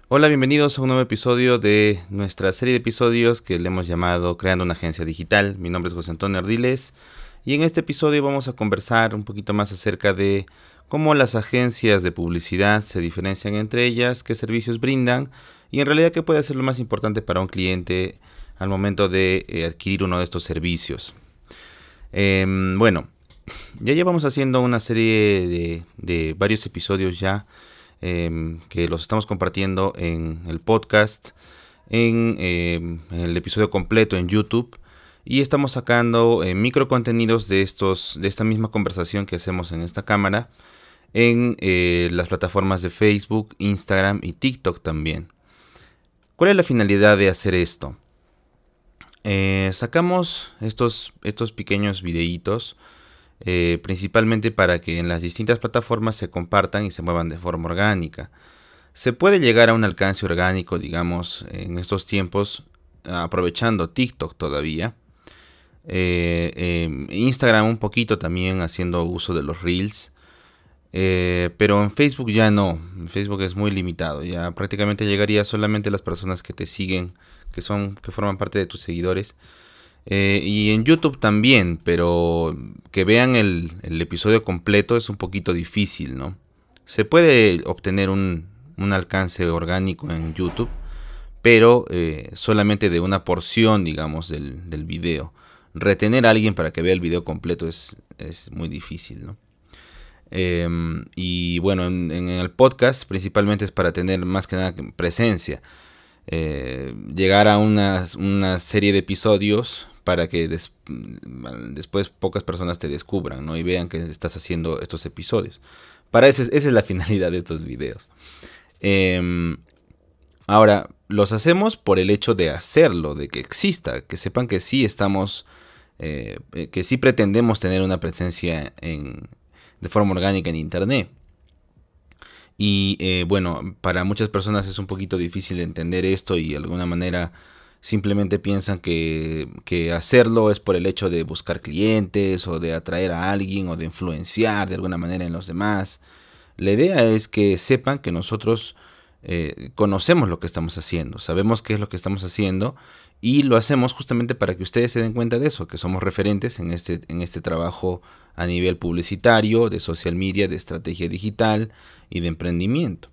Hola, bienvenidos a un nuevo episodio de nuestra serie de episodios que le hemos llamado Creando una agencia digital. Mi nombre es José Antonio Ardiles y en este episodio vamos a conversar un poquito más acerca de cómo las agencias de publicidad se diferencian entre ellas, qué servicios brindan y en realidad qué puede ser lo más importante para un cliente al momento de adquirir uno de estos servicios. Bueno, ya llevamos haciendo una serie de varios episodios ya que los estamos compartiendo en el podcast, en el episodio completo en YouTube y estamos sacando micro contenidos de esta misma conversación que hacemos en esta cámara en las plataformas de Facebook, Instagram y TikTok también. ¿Cuál es la finalidad de hacer esto? Sacamos estos pequeños videitos principalmente para que en las distintas plataformas se compartan y se muevan de forma orgánica. Se puede llegar a un alcance orgánico, digamos, en estos tiempos, aprovechando TikTok todavía. Instagram un poquito también haciendo uso de los Reels. Pero en Facebook ya no. En Facebook es muy limitado. Ya prácticamente llegaría solamente a las personas que te siguen, que forman parte de tus seguidores. Y en YouTube también, pero que vean el episodio completo es un poquito difícil, ¿no? Se puede obtener un alcance orgánico en YouTube, pero solamente de una porción, digamos, del video. Retener a alguien para que vea el video completo es muy difícil, ¿no? Y bueno, en el podcast principalmente es para tener más que nada presencia. Llegar a una serie de episodios para que después pocas personas te descubran, ¿no? Y vean que estás haciendo estos episodios. Para eso esa es la finalidad de estos videos. Ahora, los hacemos por el hecho de hacerlo, de que exista, que sepan que sí estamos, que sí pretendemos tener una presencia de forma orgánica en Internet. Y bueno, para muchas personas es un poquito difícil entender esto y de alguna manera simplemente piensan que hacerlo es por el hecho de buscar clientes o de atraer a alguien o de influenciar de alguna manera en los demás. La idea es que sepan que nosotros conocemos lo que estamos haciendo, sabemos qué es lo que estamos haciendo y lo hacemos justamente para que ustedes se den cuenta de eso, que somos referentes en este trabajo a nivel publicitario, de social media, de estrategia digital y de emprendimiento.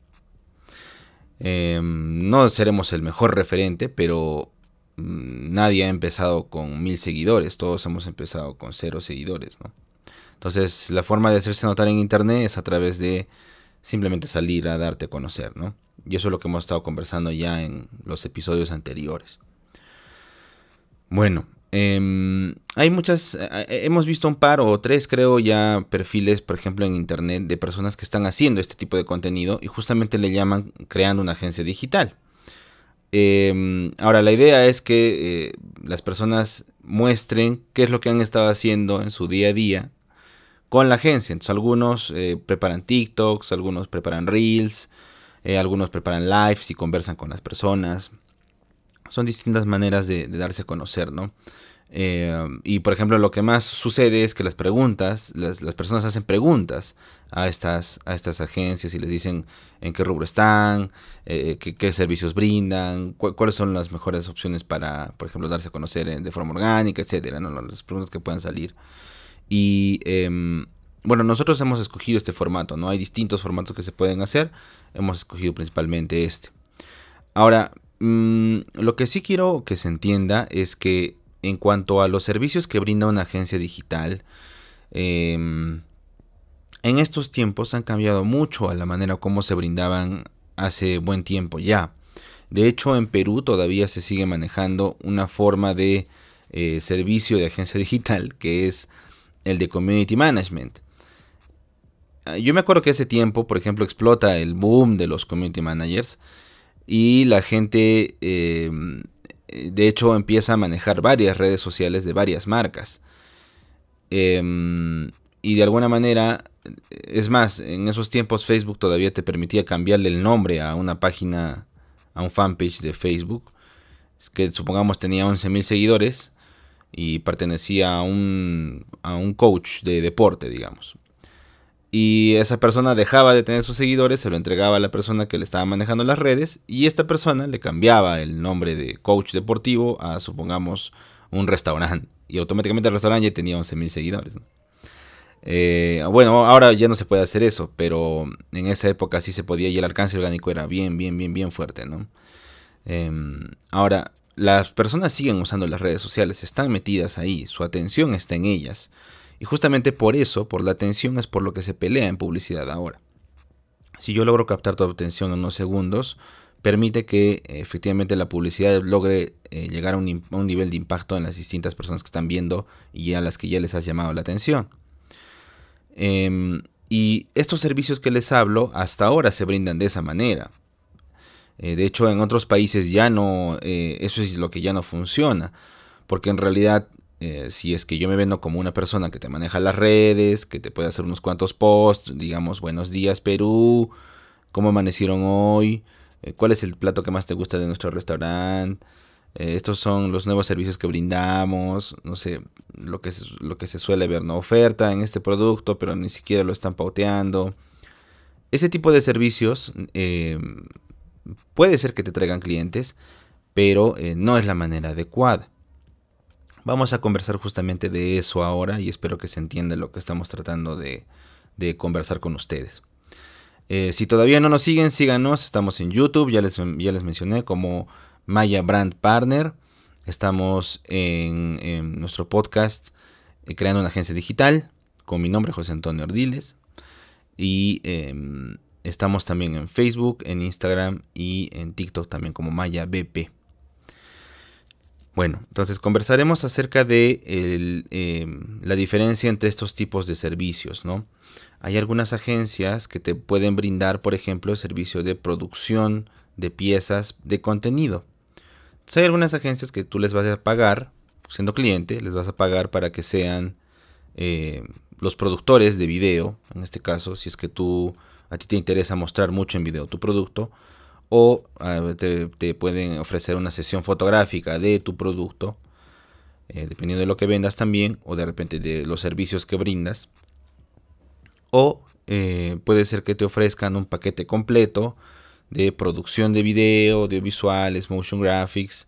No seremos el mejor referente, pero nadie ha empezado con 1000 seguidores, todos hemos empezado con 0 seguidores, ¿no? Entonces la forma de hacerse notar en internet es a través de simplemente salir a darte a conocer, ¿no? Y eso es lo que hemos estado conversando ya en los episodios anteriores. Bueno, hay muchas, hemos visto un par o tres, creo, ya perfiles, por ejemplo, en internet de personas que están haciendo este tipo de contenido y justamente le llaman creando una agencia digital. Ahora, la idea es que las personas muestren qué es lo que han estado haciendo en su día a día con la agencia. Entonces, algunos preparan TikToks, algunos preparan Reels, algunos preparan lives y conversan con las personas. Son distintas maneras de darse a conocer, ¿no? Y por ejemplo, lo que más sucede es que las personas hacen preguntas a estas agencias y les dicen en qué rubro están, qué servicios brindan, cuáles son las mejores opciones para, por ejemplo, darse a conocer de forma orgánica, etcétera, ¿no? Las preguntas que puedan salir. Y bueno, nosotros hemos escogido este formato, ¿no? Hay distintos formatos que se pueden hacer, hemos escogido principalmente este. Ahora, lo que sí quiero que se entienda es que en cuanto a los servicios que brinda una agencia digital, en estos tiempos han cambiado mucho a la manera como se brindaban hace buen tiempo ya. De hecho, en Perú todavía se sigue manejando una forma de servicio de agencia digital que es el de community management. Yo me acuerdo que ese tiempo, por ejemplo, explota el boom de los community managers y la gente de hecho empieza a manejar varias redes sociales de varias marcas. Y de alguna manera, es más, en esos tiempos Facebook todavía te permitía cambiarle el nombre a una página, a un fanpage de Facebook, que supongamos tenía 11.000 seguidores y pertenecía a un coach de deporte, digamos. y esa persona dejaba de tener sus seguidores, se lo entregaba a la persona que le estaba manejando las redes, y esta persona le cambiaba el nombre de coach deportivo a, supongamos, un restaurante, y automáticamente el restaurante ya tenía 11.000 seguidores, ¿no? Bueno, ahora ya no se puede hacer eso, pero en esa época sí se podía, y el alcance orgánico era bien fuerte, ¿no? Ahora, las personas siguen usando las redes sociales, están metidas ahí, su atención está en ellas. Y justamente por eso, por la atención, es por lo que se pelea en publicidad ahora. Si yo logro captar tu atención en unos segundos, permite que efectivamente la publicidad logre llegar a un nivel de impacto en las distintas personas que están viendo y a las que ya les has llamado la atención. Y estos servicios que les hablo hasta ahora se brindan de esa manera. De hecho, en otros países ya no, eso es lo que ya no funciona, porque en realidad, si es que yo me vendo como una persona que te maneja las redes, que te puede hacer unos cuantos posts, digamos, buenos días Perú, cómo amanecieron hoy, cuál es el plato que más te gusta de nuestro restaurante, estos son los nuevos servicios que brindamos, no sé, lo que se suele ver, ¿no? Oferta en este producto, pero ni siquiera lo están pauteando. Ese tipo de servicios puede ser que te traigan clientes, pero no es la manera adecuada. Vamos a conversar justamente de eso ahora y espero que se entienda lo que estamos tratando de conversar con ustedes. Si todavía no nos siguen, síganos. Estamos en YouTube, ya les mencioné, como Maya Brand Partner. Estamos en nuestro podcast Creando una Agencia Digital, con mi nombre, José Antonio Ardiles. Y estamos también en Facebook, en Instagram y en TikTok también como Maya BP. Bueno, entonces conversaremos acerca de la diferencia entre estos tipos de servicios, ¿no? Hay algunas agencias que te pueden brindar, por ejemplo, el servicio de producción de piezas de contenido. Entonces, hay algunas agencias que tú les vas a pagar, siendo cliente, les vas a pagar para que sean los productores de video, en este caso, si es que a ti te interesa mostrar mucho en video tu producto, o te pueden ofrecer una sesión fotográfica de tu producto, dependiendo de lo que vendas también, o de repente de los servicios que brindas. O puede ser que te ofrezcan un paquete completo de producción de video, de visuales, motion graphics,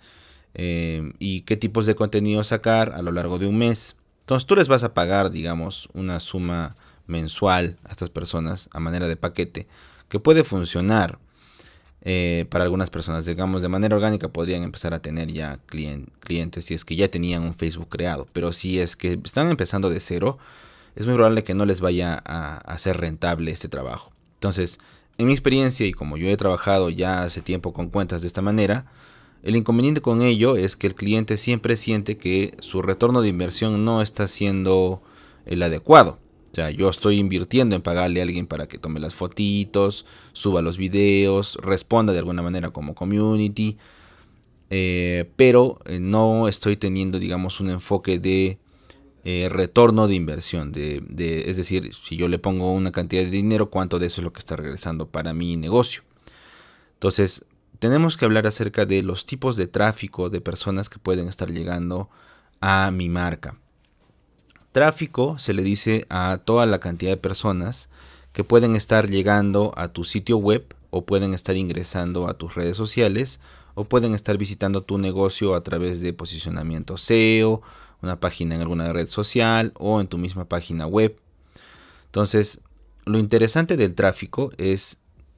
y qué tipos de contenido sacar a lo largo de un mes. Entonces tú les vas a pagar, digamos, una suma mensual a estas personas a manera de paquete, que puede funcionar para algunas personas. Digamos, de manera orgánica podrían empezar a tener ya clientes si es que ya tenían un Facebook creado, pero si es que están empezando de cero, es muy probable que no les vaya a hacer rentable este trabajo. Entonces, en mi experiencia, y como yo he trabajado ya hace tiempo con cuentas de esta manera, el inconveniente con ello es que el cliente siempre siente que su retorno de inversión no está siendo el adecuado. O sea, yo estoy invirtiendo en pagarle a alguien para que tome las fotitos, suba los videos, responda de alguna manera como community, pero no estoy teniendo, digamos, un enfoque de retorno de inversión. Es decir, si yo le pongo una cantidad de dinero, ¿cuánto de eso es lo que está regresando para mi negocio? Entonces, tenemos que hablar acerca de los tipos de tráfico de personas que pueden estar llegando a mi marca. Tráfico se le dice a toda la cantidad de personas que pueden estar llegando a tu sitio web, o pueden estar ingresando a tus redes sociales, o pueden estar visitando tu negocio a través de posicionamiento SEO, una página en alguna red social o en tu misma página web. Entonces, lo interesante del tráfico es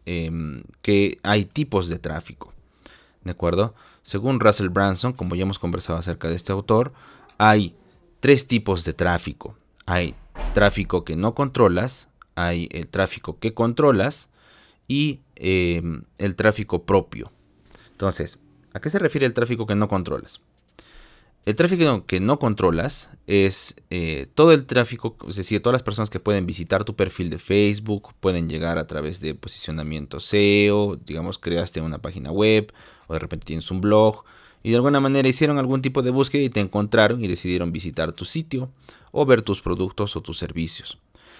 que hay tipos de tráfico, ¿de acuerdo? Según Russell Brunson, como ya hemos conversado acerca de este autor, hay 3 tipos de tráfico. Hay tráfico que no controlas, hay el tráfico que controlas y el tráfico propio. Entonces, ¿a qué se refiere el tráfico que no controlas? El tráfico que no controlas es todo el tráfico, es decir, todas las personas que pueden visitar tu perfil de Facebook, pueden llegar a través de posicionamiento SEO, digamos, creaste una página web o de repente tienes un blog y de alguna manera hicieron algún tipo de búsqueda y te encontraron y decidieron visitar tu sitio o ver tus productos o tus servicios.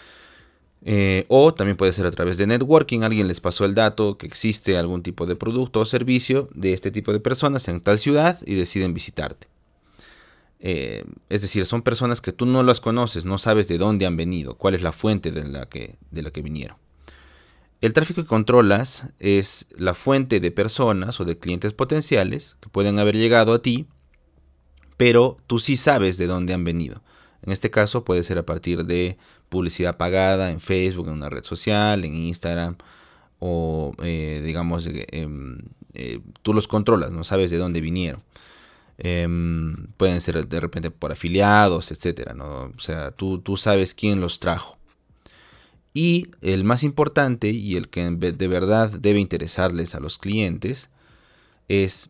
O también puede ser a través de networking, alguien les pasó el dato que existe algún tipo de producto o servicio de este tipo de personas en tal ciudad y deciden visitarte. Es decir, son personas que tú no las conoces, no sabes de dónde han venido, cuál es la fuente de la que vinieron. El tráfico que controlas es la fuente de personas o de clientes potenciales que pueden haber llegado a ti, pero tú sí sabes de dónde han venido. En este caso puede ser a partir de publicidad pagada en Facebook, en una red social, en Instagram, o digamos, tú los controlas, no sabes de dónde vinieron. Pueden ser de repente por afiliados, etcétera, ¿no? O sea, tú sabes quién los trajo. Y el más importante y el que de verdad debe interesarles a los clientes es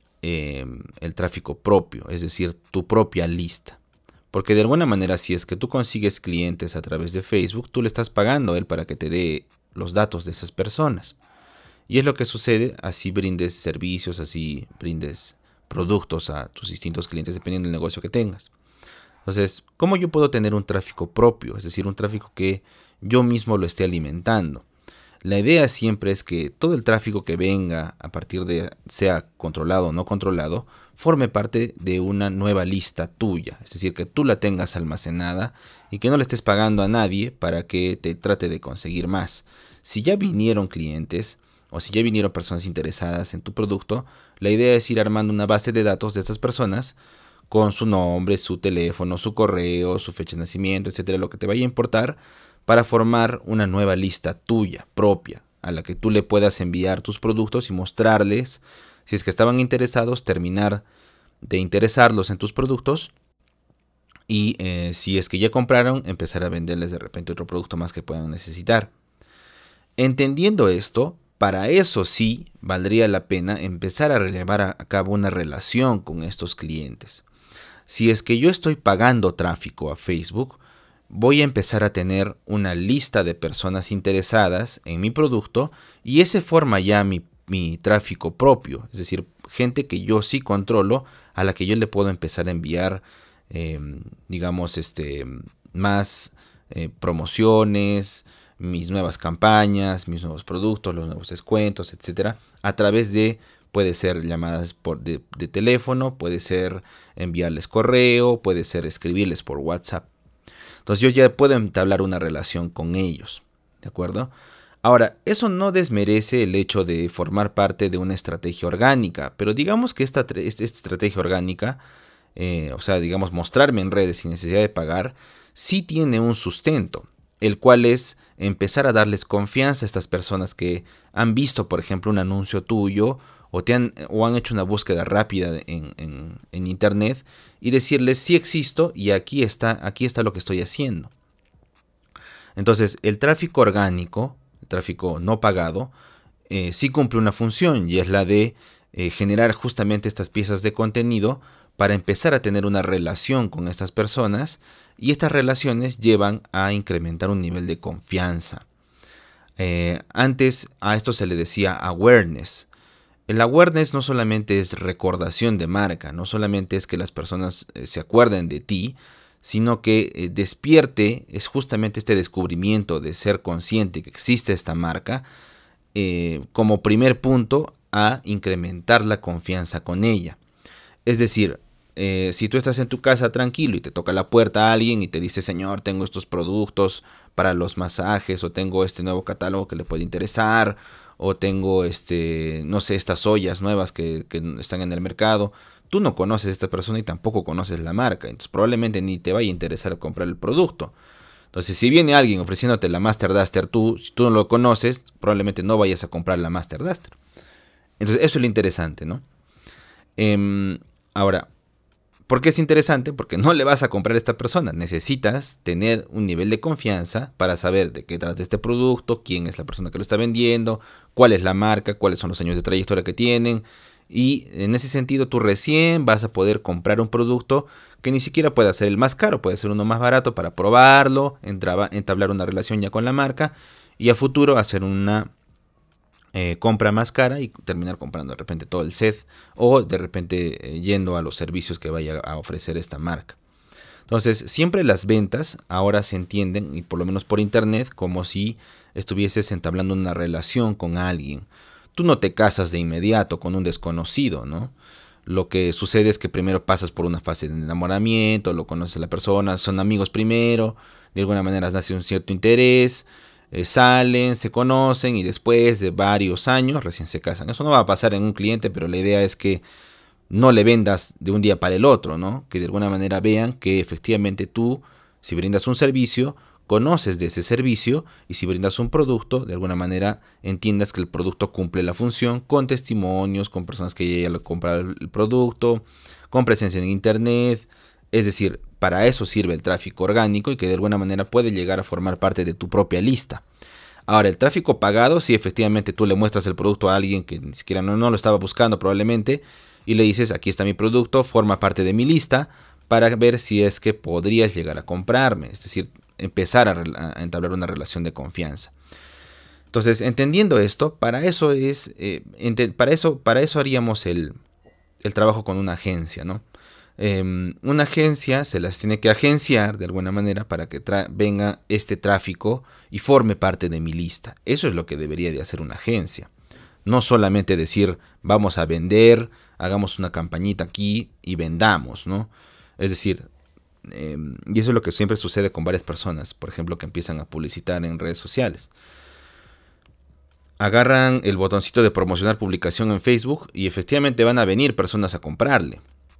el tráfico propio, es decir, tu propia lista. Porque de alguna manera, si es que tú consigues clientes a través de Facebook, tú le estás pagando a él para que te dé los datos de esas personas. Y es lo que sucede, así brindes servicios, así brindes productos a tus distintos clientes, dependiendo del negocio que tengas. Entonces, ¿cómo yo puedo tener un tráfico propio? Es decir, un tráfico que yo mismo lo esté alimentando. La idea siempre es que todo el tráfico que venga a partir de, sea controlado o no controlado, forme parte de una nueva lista tuya. Es decir, que tú la tengas almacenada y que no le estés pagando a nadie para que te trate de conseguir más. Si ya vinieron clientes o si ya vinieron personas interesadas en tu producto, la idea es ir armando una base de datos de estas personas con su nombre, su teléfono, su correo, su fecha de nacimiento, etcétera, lo que te vaya a importar, para formar una nueva lista tuya, propia, a la que tú le puedas enviar tus productos y mostrarles, si es que estaban interesados, terminar de interesarlos en tus productos y si es que ya compraron, empezar a venderles de repente otro producto más que puedan necesitar. Entendiendo esto, para eso sí valdría la pena empezar a llevar a cabo una relación con estos clientes. Si es que yo estoy pagando tráfico a Facebook, voy a empezar a tener una lista de personas interesadas en mi producto y ese forma ya mi tráfico propio, es decir, gente que yo sí controlo, a la que yo le puedo empezar a enviar, digamos, más promociones, mis nuevas campañas, mis nuevos productos, los nuevos descuentos, etcétera, a través de, puede ser llamadas de teléfono, puede ser enviarles correo, puede ser escribirles por WhatsApp. Entonces yo ya puedo entablar una relación con ellos, ¿de acuerdo? Ahora, eso no desmerece el hecho de formar parte de una estrategia orgánica, pero digamos que esta estrategia orgánica, o sea, digamos, mostrarme en redes sin necesidad de pagar, sí tiene un sustento, el cual es empezar a darles confianza a estas personas que han visto, por ejemplo, un anuncio tuyo o han hecho una búsqueda rápida en internet y decirles sí existo y aquí está lo que estoy haciendo. Entonces, el tráfico orgánico, el tráfico no pagado, sí cumple una función y es la de generar justamente estas piezas de contenido para empezar a tener una relación con estas personas y estas relaciones llevan a incrementar un nivel de confianza. Antes a esto se le decía awareness. El awareness no solamente es recordación de marca, no solamente es que las personas se acuerden de ti, sino que despierte es justamente este descubrimiento de ser consciente que existe esta marca como primer punto a incrementar la confianza con ella. Es decir, si tú estás en tu casa tranquilo y te toca la puerta a alguien y te dice, señor, tengo estos productos para los masajes o tengo este nuevo catálogo que le puede interesar o tengo no sé, estas ollas nuevas que están en el mercado, tú no conoces a esta persona y tampoco conoces la marca, entonces probablemente ni te vaya a interesar comprar el producto. Entonces, si viene alguien ofreciéndote la Master Duster, si tú no lo conoces, probablemente no vayas a comprar la Master Duster. Entonces, eso es lo interesante, ¿no? Ahora, ¿por qué es interesante? Porque no le vas a comprar a esta persona. Necesitas tener un nivel de confianza para saber de qué trata este producto, quién es la persona que lo está vendiendo, cuál es la marca, cuáles son los años de trayectoria que tienen. Y en ese sentido tú recién vas a poder comprar un producto que ni siquiera puede ser el más caro, puede ser uno más barato para probarlo, entablar una relación ya con la marca y a futuro hacer una compra más cara y terminar comprando de repente todo el set o de repente yendo a los servicios que vaya a ofrecer esta marca. Entonces siempre las ventas ahora se entienden, y por lo menos por internet, como si estuvieses entablando una relación con alguien. Tú no te casas de inmediato con un desconocido, ¿no? lo que sucede es que primero pasas por una fase de enamoramiento, lo conoces a la persona, son amigos primero, de alguna manera nace un cierto interés, salen, se conocen y después de varios años recién se casan. Eso no va a pasar en un cliente, pero la idea es que no le vendas de un día para el otro, ¿no? Que de alguna manera vean que efectivamente tú, si brindas un servicio, conoces de ese servicio, y si brindas un producto, de alguna manera entiendas que el producto cumple la función, con testimonios, con personas que ya lo compraron el producto, con presencia en internet. Es decir, para eso sirve el tráfico orgánico, y que de alguna manera puede llegar a formar parte de tu propia lista. Ahora, el tráfico pagado, si efectivamente tú le muestras el producto a alguien que ni siquiera no lo estaba buscando probablemente, y le dices, aquí está mi producto, forma parte de mi lista, para ver si es que podrías llegar a comprarme. Es decir, empezar a entablar una relación de confianza. Entonces, entendiendo esto, para eso haríamos el trabajo con una agencia, ¿no? Una agencia se las tiene que agenciar de alguna manera para que venga este tráfico y forme parte de mi lista. Eso es lo que debería de hacer una agencia. No solamente decir, vamos a vender, hagamos una campañita aquí y vendamos, ¿no? Es decir, y eso es lo que siempre sucede con varias personas, por ejemplo, que empiezan a publicitar en redes sociales. Agarran el botoncito de promocionar publicación en Facebook y efectivamente van a venir personas a comprarle.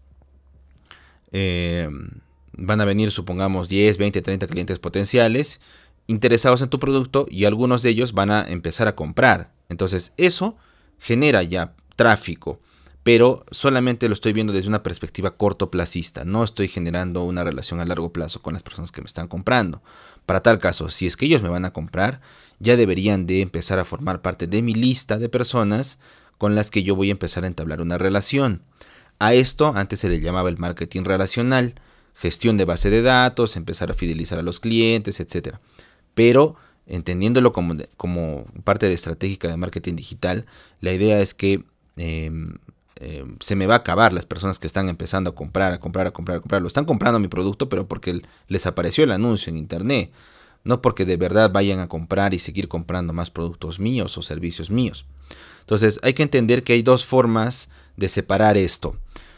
Van a venir, supongamos, 10, 20, 30 clientes potenciales interesados en tu producto, y algunos de ellos van a empezar a comprar. Entonces eso genera ya tráfico, pero solamente lo estoy viendo desde una perspectiva cortoplacista. No estoy generando una relación a largo plazo con las personas que me están comprando. Para tal caso, si es que ellos me van a comprar, ya deberían de empezar a formar parte de mi lista de personas con las que yo voy a empezar a entablar una relación. A esto antes se le llamaba el marketing relacional, gestión de base de datos, empezar a fidelizar a los clientes, etc. Pero entendiéndolo como parte de estratégica de marketing digital, la idea es que se me va a acabar las personas que están empezando a comprar. Lo están comprando mi producto, pero porque les apareció el anuncio en internet, no porque de verdad vayan a comprar y seguir comprando más productos míos o servicios míos. Entonces hay que entender que hay dos formas de separar esto.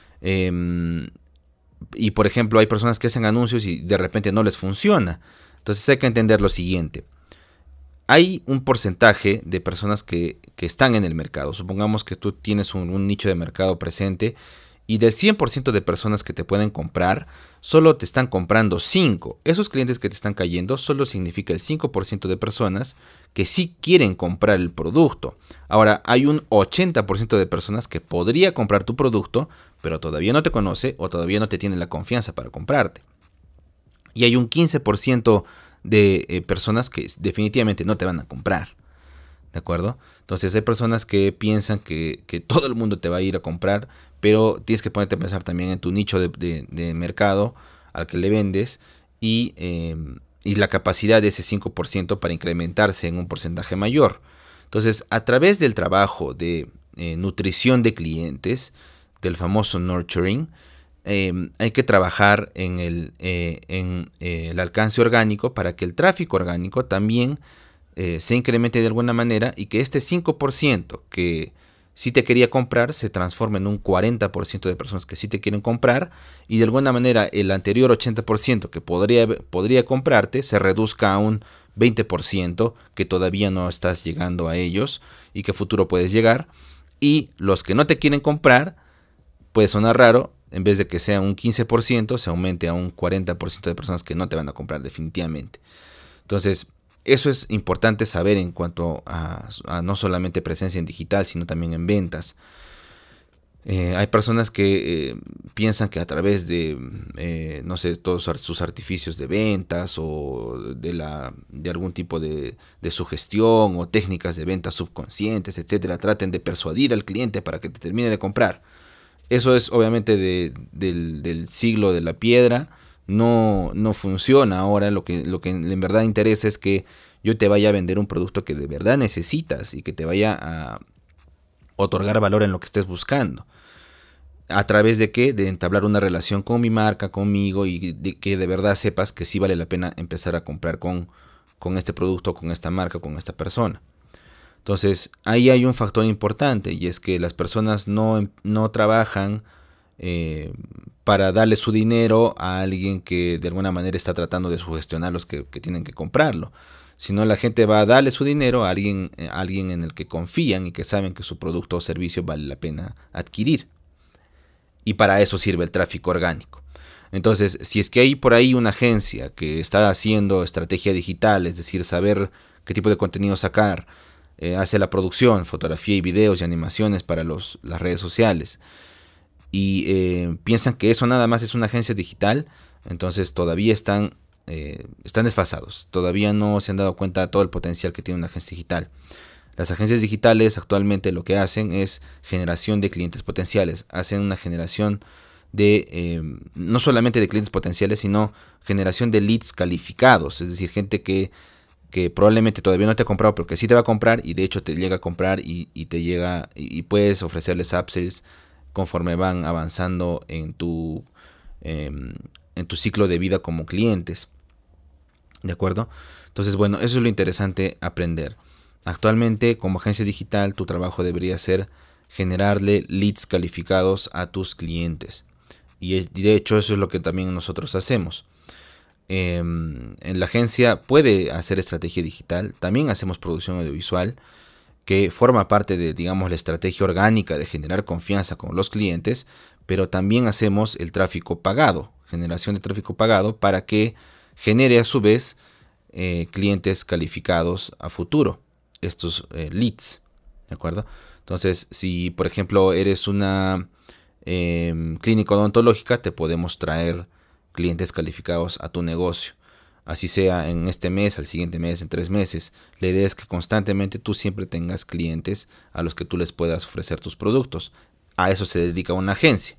Y por ejemplo, hay personas que hacen anuncios y de repente no les funciona. Entonces hay que entender lo siguiente. Hay un porcentaje de personas que están en el mercado. Supongamos que tú tienes un nicho de mercado presente, y del 100% de personas que te pueden comprar, solo te están comprando 5. Esos clientes que te están cayendo solo significa el 5% de personas que sí quieren comprar el producto. Ahora, hay un 80% de personas que podría comprar tu producto, pero todavía no te conoce o todavía no te tiene la confianza para comprarte. Y hay un 15% de personas que definitivamente no te van a comprar. ¿De acuerdo? Entonces hay personas que piensan que todo el mundo te va a ir a comprar, pero tienes que ponerte a pensar también en tu nicho de mercado al que le vendes, y la capacidad de ese 5% para incrementarse en un porcentaje mayor. Entonces, a través del trabajo de nutrición de clientes, del famoso nurturing, hay que trabajar en el alcance orgánico para que el tráfico orgánico también se incremente de alguna manera, y que este 5% que sí te quería comprar se transforme en un 40% de personas que sí te quieren comprar, y de alguna manera el anterior 80% que podría comprarte se reduzca a un 20% que todavía no estás llegando a ellos y que futuro puedes llegar, y los que no te quieren comprar, puede sonar raro, en vez de que sea un 15% se aumente a un 40% de personas que no te van a comprar definitivamente. Entonces, eso es importante saber en cuanto a no solamente presencia en digital, sino también en ventas. Hay personas que piensan que a través de, no sé, todos sus artificios de ventas o de algún tipo de sugestión o técnicas de ventas subconscientes, etcétera, traten de persuadir al cliente para que te termine de comprar. Eso es obviamente del siglo de la piedra. No funciona ahora. Lo que en verdad interesa es que yo te vaya a vender un producto que de verdad necesitas y que te vaya a otorgar valor en lo que estés buscando. ¿A través de qué? De entablar una relación con mi marca, conmigo, y de que de verdad sepas que sí vale la pena empezar a comprar con este producto, con esta marca, con esta persona. Entonces, ahí hay un factor importante, y es que las personas no trabajan para darle su dinero a alguien que de alguna manera está tratando de sugestionar los que tienen que comprarlo, sino la gente va a darle su dinero a alguien en el que confían y que saben que su producto o servicio vale la pena adquirir. Y para eso sirve el tráfico orgánico. Entonces, si es que hay por ahí una agencia que está haciendo estrategia digital, es decir, saber qué tipo de contenido sacar, hace la producción, fotografía y videos y animaciones para las redes sociales, y piensan que eso nada más es una agencia digital, entonces todavía están desfasados, todavía no se han dado cuenta de todo el potencial que tiene una agencia digital. Las agencias digitales actualmente lo que hacen es generación de clientes potenciales, hacen una generación de no solamente de clientes potenciales, sino generación de leads calificados, es decir, gente que probablemente todavía no te ha comprado, pero que sí te va a comprar, y de hecho te llega a comprar y te llega, y puedes ofrecerles upsells conforme van avanzando en tu ciclo de vida como clientes. ¿De acuerdo? Entonces, bueno, eso es lo interesante aprender. Actualmente, como agencia digital, tu trabajo debería ser generarle leads calificados a tus clientes. Y de hecho, eso es lo que también nosotros hacemos. En la agencia puede hacer estrategia digital, también hacemos producción audiovisual, que forma parte de, digamos, la estrategia orgánica de generar confianza con los clientes, pero también hacemos el tráfico pagado, generación de tráfico pagado, para que genere a su vez clientes calificados a futuro, estos leads, ¿de acuerdo? Entonces, si por ejemplo eres una clínica odontológica, te podemos traer clientes calificados a tu negocio, así sea en este mes, al siguiente mes, en 3 meses. La idea es que constantemente tú siempre tengas clientes a los que tú les puedas ofrecer tus productos. A eso se dedica una agencia.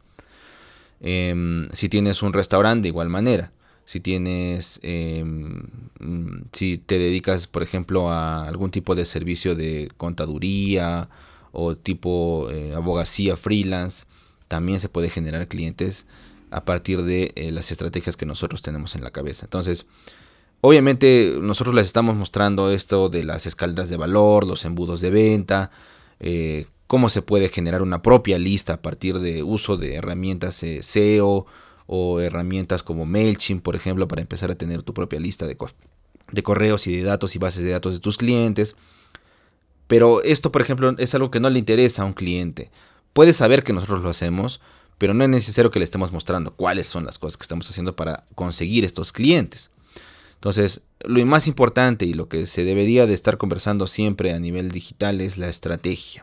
Si tienes un restaurante, de igual manera. Si tienes, si te dedicas, por ejemplo, a algún tipo de servicio de contaduría o tipo abogacía freelance, también se puede generar clientes a partir de las estrategias que nosotros tenemos en la cabeza. Entonces, obviamente nosotros les estamos mostrando esto de las escaleras de valor, los embudos de venta, cómo se puede generar una propia lista a partir de uso de herramientas SEO o herramientas como MailChimp, por ejemplo, para empezar a tener tu propia lista de correos y de datos y bases de datos de tus clientes. Pero esto, por ejemplo, es algo que no le interesa a un cliente. Puede saber que nosotros lo hacemos, pero no es necesario que le estemos mostrando cuáles son las cosas que estamos haciendo para conseguir estos clientes. Entonces, lo más importante y lo que se debería de estar conversando siempre a nivel digital es la estrategia.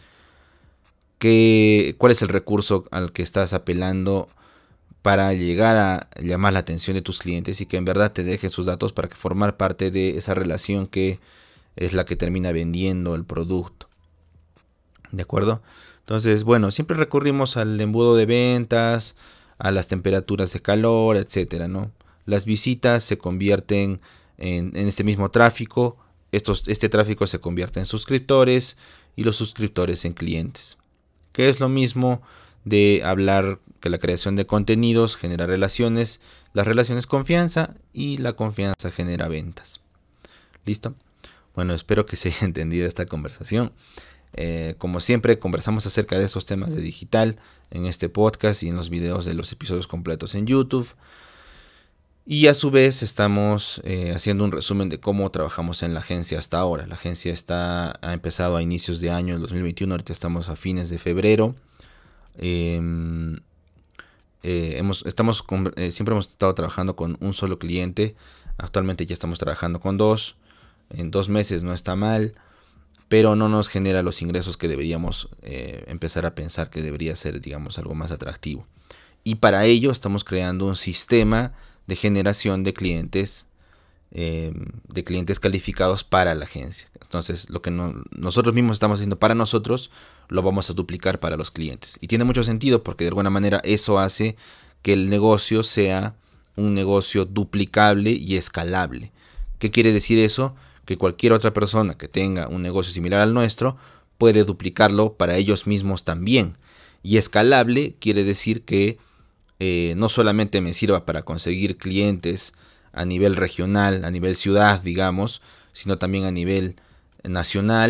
¿Cuál es el recurso al que estás apelando para llegar a llamar la atención de tus clientes y que en verdad te deje sus datos para que formar parte de esa relación que es la que termina vendiendo el producto? ¿De acuerdo? Entonces, bueno, siempre recurrimos al embudo de ventas, a las temperaturas de calor, etcétera, ¿no? Las visitas se convierten en este mismo tráfico, este tráfico se convierte en suscriptores y los suscriptores en clientes, que es lo mismo de hablar que la creación de contenidos genera relaciones, las relaciones confianza y la confianza genera ventas. ¿Listo? Bueno, espero que se haya entendido esta conversación. Como siempre, conversamos acerca de esos temas de digital en este podcast y en los videos de los episodios completos en YouTube. Y a su vez estamos haciendo un resumen de cómo trabajamos en la agencia hasta ahora. La agencia ha empezado a inicios de año 2021, ahorita estamos a fines de febrero. Siempre hemos estado trabajando con un solo cliente. Actualmente ya estamos trabajando con 2. En 2 meses no está mal, pero no nos genera los ingresos que deberíamos empezar a pensar que debería ser, digamos, algo más atractivo. Y para ello estamos creando un sistema de generación de clientes calificados para la agencia. Entonces, lo que nosotros mismos estamos haciendo para nosotros, lo vamos a duplicar para los clientes. Y tiene mucho sentido porque de alguna manera eso hace que el negocio sea un negocio duplicable y escalable. ¿Qué quiere decir eso? Que cualquier otra persona que tenga un negocio similar al nuestro puede duplicarlo para ellos mismos también. Y escalable quiere decir que no solamente me sirva para conseguir clientes a nivel regional, a nivel ciudad, digamos, sino también a nivel nacional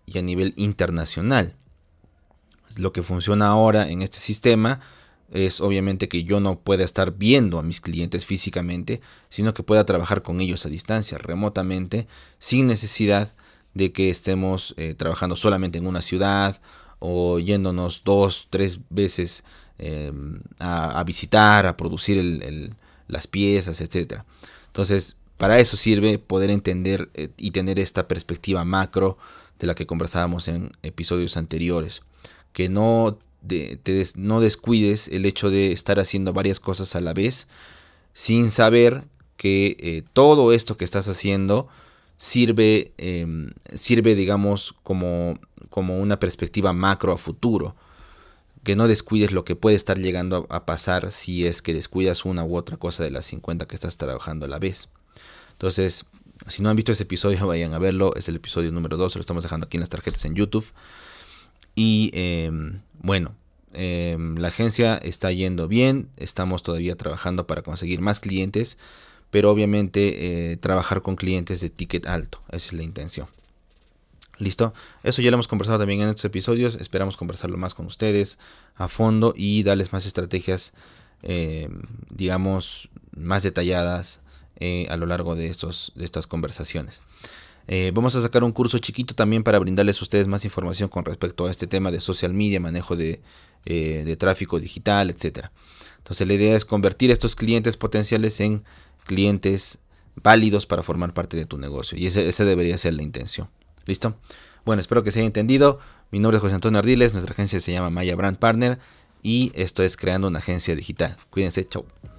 y a nivel internacional. Lo que funciona ahora en este sistema es obviamente que yo no pueda estar viendo a mis clientes físicamente, sino que pueda trabajar con ellos a distancia, remotamente, sin necesidad de que estemos trabajando solamente en una ciudad o yéndonos 2-3 veces a visitar, a producir las piezas, etc. Entonces, para eso sirve poder entender y tener esta perspectiva macro de la que conversábamos en episodios anteriores. Que no descuides el hecho de estar haciendo varias cosas a la vez sin saber que todo esto que estás haciendo sirve digamos, como una perspectiva macro a futuro. Que no descuides lo que puede estar llegando a pasar si es que descuidas una u otra cosa de las 50 que estás trabajando a la vez. Entonces, si no han visto ese episodio, vayan a verlo. Es el episodio número 2, lo estamos dejando aquí en las tarjetas en YouTube. Y bueno, la agencia está yendo bien, estamos todavía trabajando para conseguir más clientes, pero obviamente trabajar con clientes de ticket alto, esa es la intención. ¿Listo? Eso ya lo hemos conversado también en estos episodios, esperamos conversarlo más con ustedes a fondo y darles más estrategias, digamos, más detalladas a lo largo de estas conversaciones. Vamos a sacar un curso chiquito también para brindarles a ustedes más información con respecto a este tema de social media, manejo de tráfico digital, etc. Entonces la idea es convertir a estos clientes potenciales en clientes válidos para formar parte de tu negocio. Y esa debería ser la intención. ¿Listo? Bueno, espero que se haya entendido. Mi nombre es José Antonio Ardiles, nuestra agencia se llama Maya Brand Partner y esto es Creando una Agencia Digital. Cuídense, chau.